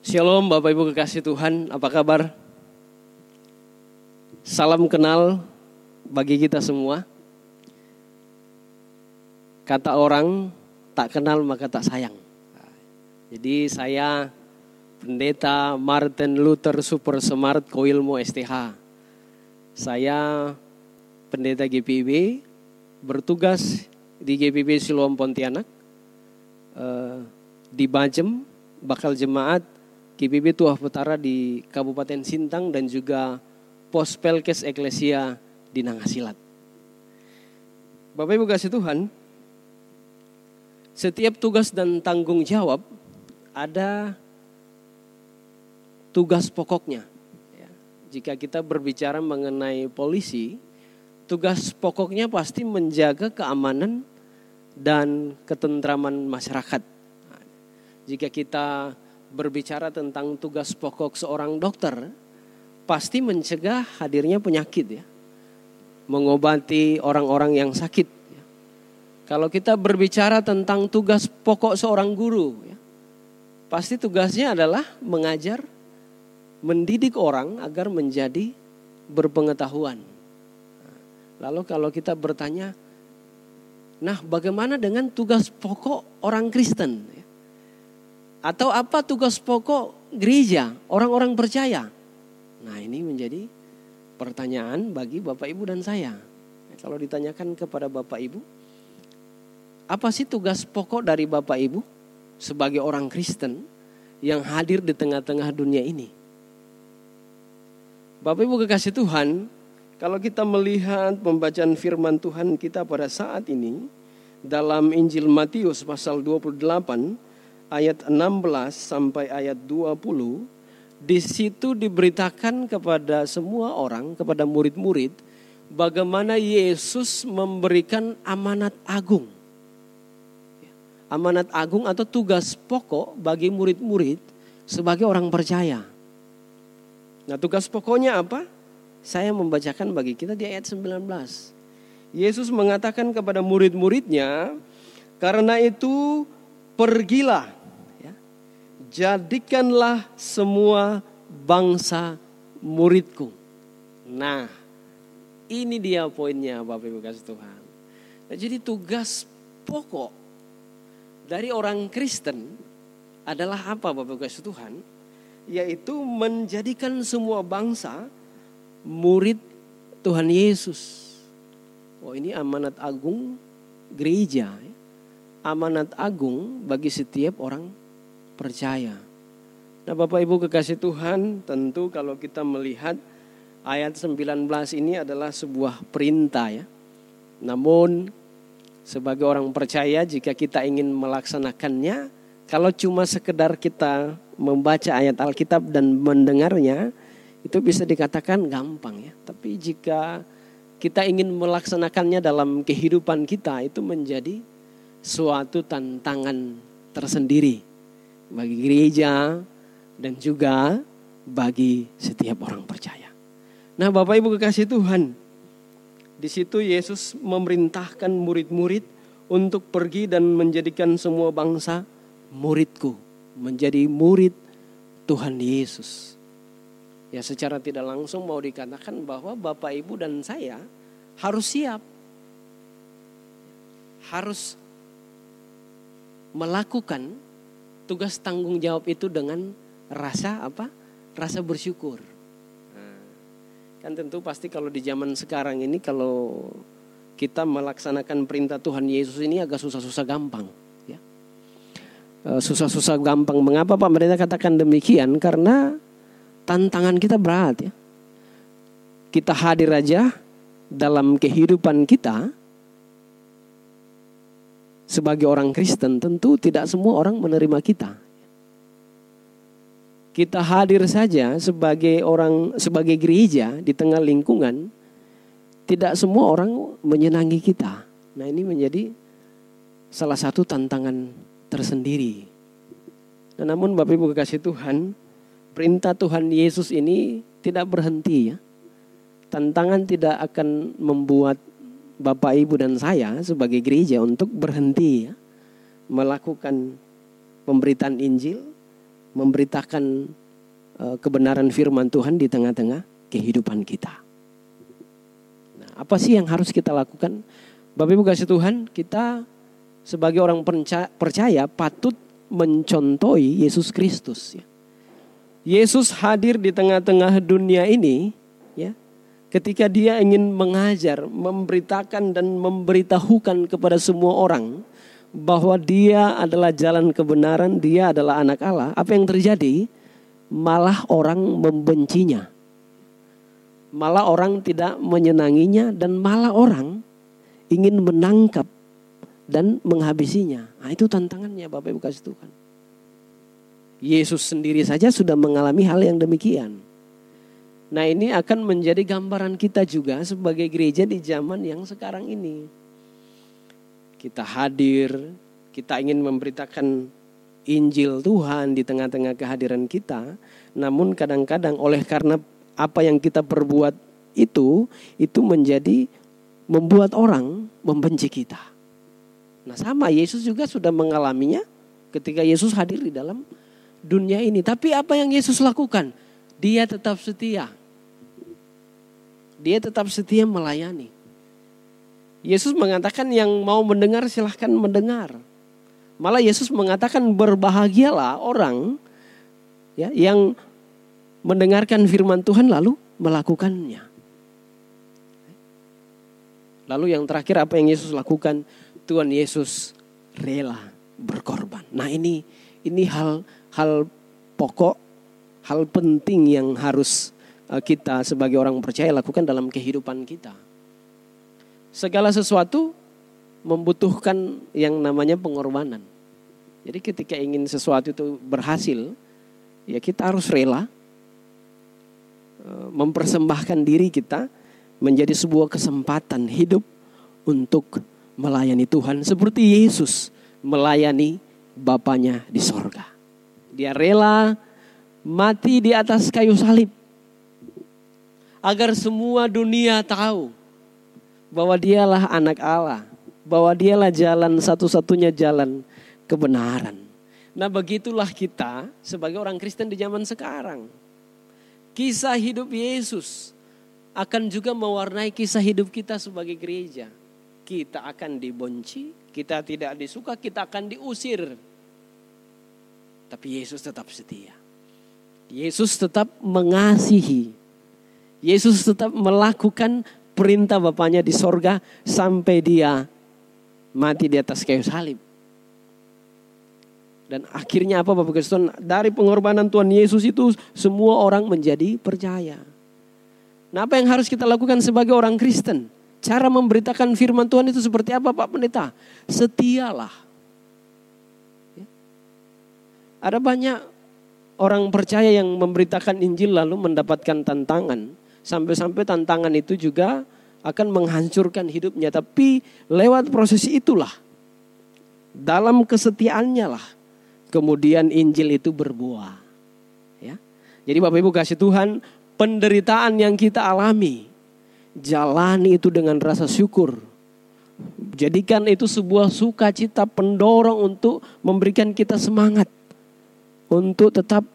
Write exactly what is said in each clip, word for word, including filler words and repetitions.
Shalom Bapak Ibu kekasih Tuhan, apa kabar? Salam kenal bagi kita semua. Kata orang, tak kenal maka tak sayang. Jadi saya Pendeta Martin Luther Super Smart Koilmo S T H. Saya Pendeta G P I B, bertugas di G P I B Siloam Pontianak, di Bajem, bakal jemaat G P I B Tuah Petara di Kabupaten Sintang dan juga Pos Pelkes Eklesia di Nangasilat. Bapak Ibu kasih Tuhan, setiap tugas dan tanggung jawab ada tugas pokoknya. Jika kita berbicara mengenai polisi, tugas pokoknya pasti menjaga keamanan dan ketentraman masyarakat. Jika kita berbicara tentang tugas pokok seorang dokter, pasti mencegah hadirnya penyakit, ya, mengobati orang-orang yang sakit. Ya. Kalau kita berbicara tentang tugas pokok seorang guru, ya, pasti tugasnya adalah mengajar, mendidik orang agar menjadi berpengetahuan. Lalu kalau kita bertanya, nah bagaimana dengan tugas pokok orang Kristen? Ya? Atau apa tugas pokok gereja, orang-orang percaya? Nah ini menjadi pertanyaan bagi Bapak Ibu dan saya. Kalau ditanyakan kepada Bapak Ibu, apa sih tugas pokok dari Bapak Ibu sebagai orang Kristen yang hadir di tengah-tengah dunia ini? Bapak Ibu kekasih Tuhan, kalau kita melihat pembacaan firman Tuhan kita pada saat ini dalam Injil Matius pasal dua puluh delapan ayat enam belas sampai ayat dua puluh, di situ diberitakan kepada semua orang, kepada murid-murid, bagaimana Yesus memberikan amanat agung. Amanat agung atau tugas pokok bagi murid-murid sebagai orang percaya. Nah, tugas pokoknya apa? Saya membacakan bagi kita di ayat sembilan belas. Yesus mengatakan kepada murid-muridnya, karena itu pergilah, ya, jadikanlah semua bangsa muridku. Nah, ini dia poinnya Bapak Ibu kasih Tuhan. Nah, jadi tugas pokok dari orang Kristen adalah apa Bapak Ibu kasih Tuhan? Yaitu menjadikan semua bangsa murid Tuhan Yesus. Oh, ini amanat agung gereja, ya. Amanat agung bagi setiap orang percaya. Nah Bapak Ibu kekasih Tuhan, tentu kalau kita melihat ayat sembilan belas ini adalah sebuah perintah, ya. Namun sebagai orang percaya, jika kita ingin melaksanakannya, kalau cuma sekedar kita membaca ayat Alkitab dan mendengarnya, itu bisa dikatakan gampang, ya. Tapi jika kita ingin melaksanakannya dalam kehidupan kita, itu menjadi suatu tantangan tersendiri bagi gereja dan juga bagi setiap orang percaya. Nah Bapak Ibu kekasih Tuhan, di situ Yesus memerintahkan murid-murid untuk pergi dan menjadikan semua bangsa muridku, menjadi murid Tuhan Yesus. Ya, secara tidak langsung mau dikatakan bahwa Bapak Ibu dan saya harus siap, harus melakukan tugas tanggung jawab itu dengan rasa apa? Rasa bersyukur. Nah, kan tentu pasti kalau di zaman sekarang ini, kalau kita melaksanakan perintah Tuhan Yesus ini agak susah-susah gampang, ya. Susah-susah gampang. Mengapa Pak Pendeta katakan demikian? Karena tantangan kita berat, ya. Kita hadir aja dalam kehidupan kita sebagai orang Kristen, tentu tidak semua orang menerima kita. Kita hadir saja sebagai orang, sebagai gereja di tengah lingkungan, tidak semua orang menyenangi kita. Nah ini menjadi salah satu tantangan tersendiri. Nah, namun Bapak Ibu kekasih Tuhan, perintah Tuhan Yesus ini tidak berhenti, ya. Tantangan tidak akan membuat Bapak Ibu dan saya sebagai gereja untuk berhenti, ya, melakukan pemberitaan Injil, memberitakan uh, kebenaran firman Tuhan di tengah-tengah kehidupan kita. Nah, apa sih yang harus kita lakukan? Bapak Ibu kasih Tuhan, kita sebagai orang percaya patut mencontohi Yesus Kristus. Ya. Yesus hadir di tengah-tengah dunia ini, ya, ketika dia ingin mengajar, memberitakan dan memberitahukan kepada semua orang bahwa dia adalah jalan kebenaran, dia adalah anak Allah. Apa yang terjadi? Malah orang membencinya. Malah orang tidak menyenanginya dan malah orang ingin menangkap dan menghabisinya. Nah, itu tantangannya Bapak Ibu kasih Tuhan. Yesus sendiri saja sudah mengalami hal yang demikian. Nah, ini akan menjadi gambaran kita juga sebagai gereja di zaman yang sekarang ini. Kita hadir, kita ingin memberitakan Injil Tuhan di tengah-tengah kehadiran kita. Namun kadang-kadang oleh karena apa yang kita perbuat itu, itu menjadi membuat orang membenci kita. Nah sama, Yesus juga sudah mengalaminya ketika Yesus hadir di dalam dunia ini. Tapi apa yang Yesus lakukan? Dia tetap setia. Dia tetap setia melayani. Yesus mengatakan yang mau mendengar silahkan mendengar. Malah Yesus mengatakan berbahagialah orang ya, yang mendengarkan firman Tuhan lalu melakukannya. Lalu yang terakhir apa yang Yesus lakukan? Tuhan Yesus rela berkorban. Nah ini ini hal hal pokok, hal penting yang harus kita sebagai orang percaya lakukan dalam kehidupan kita. Segala sesuatu membutuhkan yang namanya pengorbanan. Jadi ketika ingin sesuatu itu berhasil, ya kita harus rela mempersembahkan diri kita menjadi sebuah kesempatan hidup untuk melayani Tuhan. Seperti Yesus melayani Bapanya di sorga. Dia rela mati di atas kayu salib. Agar semua dunia tahu bahwa dialah anak Allah, bahwa dialah jalan satu-satunya jalan kebenaran. Nah begitulah kita sebagai orang Kristen di zaman sekarang. Kisah hidup Yesus akan juga mewarnai kisah hidup kita sebagai gereja. Kita akan dibenci, kita tidak disuka, kita akan diusir. Tapi Yesus tetap setia. Yesus tetap mengasihi. Yesus tetap melakukan perintah Bapanya di sorga sampai dia mati di atas kayu salib. Dan akhirnya apa Bapak Kristen? Dari pengorbanan Tuhan Yesus itu semua orang menjadi percaya. Nah apa yang harus kita lakukan sebagai orang Kristen? Cara memberitakan firman Tuhan itu seperti apa Pak Pendeta? Setialah. Ya. Ada banyak orang percaya yang memberitakan Injil lalu mendapatkan tantangan. Sampai-sampai tantangan itu juga akan menghancurkan hidupnya. Tapi lewat proses itulah, dalam kesetiaannya lah, kemudian Injil itu berbuah. Ya. Jadi Bapak Ibu kasih Tuhan, penderitaan yang kita alami, jalani itu dengan rasa syukur. Jadikan itu sebuah sukacita pendorong untuk memberikan kita semangat. Untuk tetap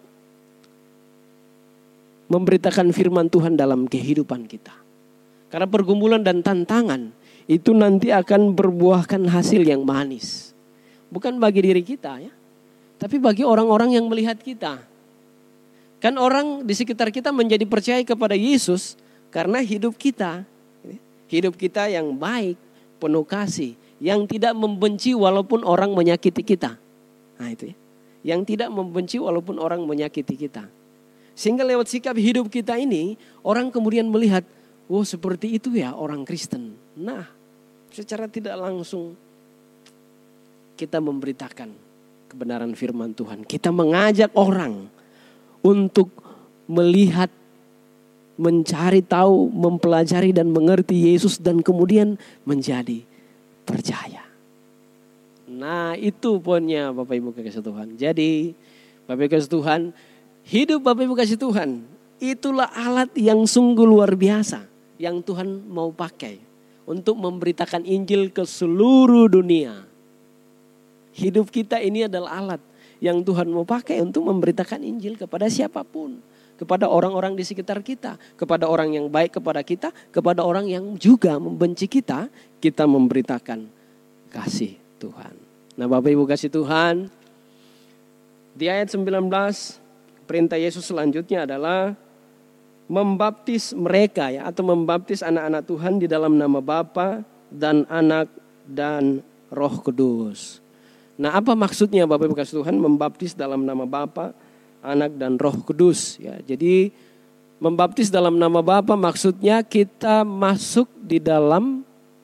memberitakan firman Tuhan dalam kehidupan kita. Karena pergumulan dan tantangan itu nanti akan berbuahkan hasil yang manis. Bukan bagi diri kita ya, tapi bagi orang-orang yang melihat kita. Kan orang di sekitar kita menjadi percaya kepada Yesus karena hidup kita. Hidup kita yang baik, penuh kasih. Yang tidak membenci walaupun orang menyakiti kita. Nah itu ya. Yang tidak membenci walaupun orang menyakiti kita. Sehingga lewat sikap hidup kita ini, orang kemudian melihat, oh seperti itu ya orang Kristen. Nah, secara tidak langsung kita memberitakan kebenaran firman Tuhan. Kita mengajak orang untuk melihat, mencari tahu, mempelajari dan mengerti Yesus dan kemudian menjadi percaya. Nah, itu poinnya Bapak Ibu kasih Tuhan. Jadi, Bapak Ibu kasih Tuhan, hidup Bapak Ibu kasih Tuhan, itulah alat yang sungguh luar biasa yang Tuhan mau pakai untuk memberitakan Injil ke seluruh dunia. Hidup kita ini adalah alat yang Tuhan mau pakai untuk memberitakan Injil kepada siapapun. Kepada orang-orang di sekitar kita, kepada orang yang baik kepada kita, kepada orang yang juga membenci kita, kita memberitakan kasih Tuhan. Nah Bapak Ibu kasih Tuhan, di ayat sembilan belas perintah Yesus selanjutnya adalah membaptis mereka ya, atau membaptis anak-anak Tuhan di dalam nama Bapa dan Anak dan Roh Kudus. Nah apa maksudnya Bapak Ibu kasih Tuhan membaptis dalam nama Bapa, Anak dan Roh Kudus ya. Jadi membaptis dalam nama Bapa maksudnya kita masuk di dalam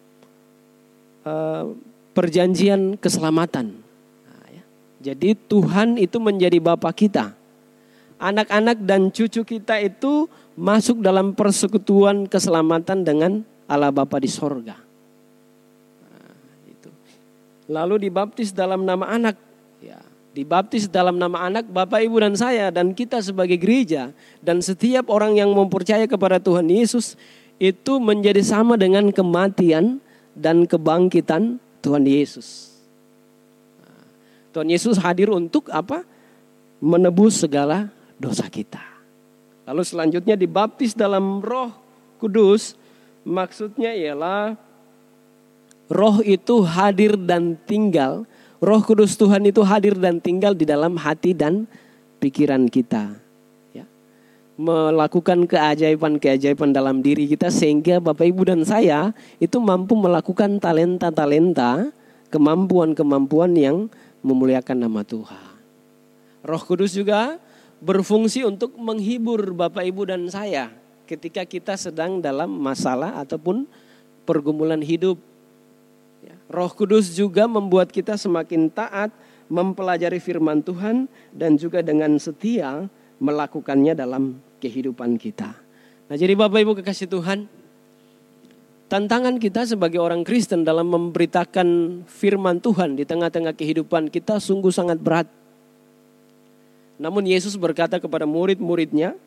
uh, perjanjian keselamatan. Nah, ya. Jadi Tuhan itu menjadi Bapa kita. Anak-anak dan cucu kita itu masuk dalam persekutuan keselamatan dengan Allah Bapa di sorga. Nah, itu. Lalu dibaptis dalam nama Anak. Ya. Dibaptis dalam nama Anak, Bapak, Ibu, dan saya, dan kita sebagai gereja, dan setiap orang yang mempercaya kepada Tuhan Yesus, itu menjadi sama dengan kematian dan kebangkitan Tuhan Yesus. Tuhan Yesus hadir untuk apa? Menebus segala dosa kita. Lalu selanjutnya dibaptis dalam Roh Kudus, maksudnya ialah Roh itu hadir dan tinggal. Roh Kudus Tuhan itu hadir dan tinggal di dalam hati dan pikiran kita. Ya. Melakukan keajaiban-keajaiban dalam diri kita sehingga Bapak Ibu dan saya itu mampu melakukan talenta-talenta, kemampuan-kemampuan yang memuliakan nama Tuhan. Roh Kudus juga berfungsi untuk menghibur Bapak Ibu dan saya ketika kita sedang dalam masalah ataupun pergumulan hidup. Roh Kudus juga membuat kita semakin taat mempelajari firman Tuhan dan juga dengan setia melakukannya dalam kehidupan kita. Nah jadi Bapak Ibu kekasih Tuhan, tantangan kita sebagai orang Kristen dalam memberitakan firman Tuhan di tengah-tengah kehidupan kita sungguh sangat berat. Namun Yesus berkata kepada murid-muridnya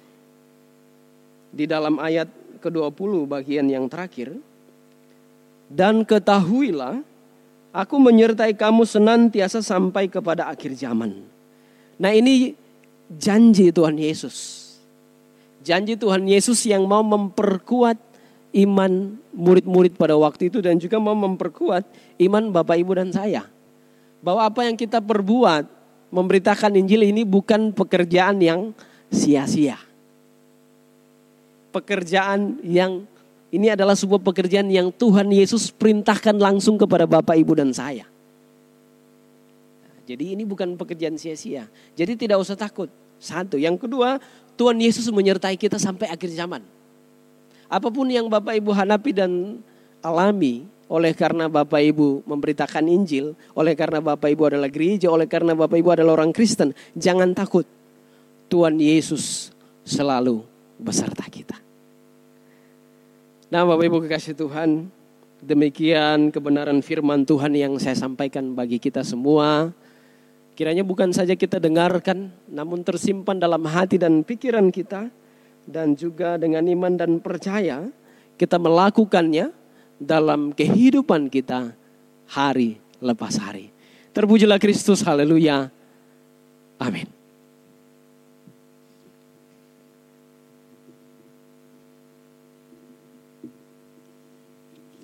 di dalam ayat ke dua puluh bagian yang terakhir, dan ketahuilah, aku menyertai kamu senantiasa sampai kepada akhir zaman. Nah ini janji Tuhan Yesus. Janji Tuhan Yesus yang mau memperkuat iman murid-murid pada waktu itu. Dan juga mau memperkuat iman Bapak, Ibu, dan saya. Bahwa apa yang kita perbuat, memberitakan Injil ini bukan pekerjaan yang sia-sia. Pekerjaan yang Ini adalah sebuah pekerjaan yang Tuhan Yesus perintahkan langsung kepada Bapak, Ibu, dan saya. Jadi ini bukan pekerjaan sia-sia. Jadi tidak usah takut. Satu. Yang kedua, Tuhan Yesus menyertai kita sampai akhir zaman. Apapun yang Bapak, Ibu hadapi dan alami oleh karena Bapak, Ibu memberitakan Injil, oleh karena Bapak, Ibu adalah gereja, oleh karena Bapak, Ibu adalah orang Kristen, jangan takut. Tuhan Yesus selalu beserta kita. Nah Bapak Ibu kekasih Tuhan, demikian kebenaran firman Tuhan yang saya sampaikan bagi kita semua. Kiranya bukan saja kita dengarkan, namun tersimpan dalam hati dan pikiran kita. Dan juga dengan iman dan percaya, kita melakukannya dalam kehidupan kita hari lepas hari. Terpujilah Kristus, haleluya, amin.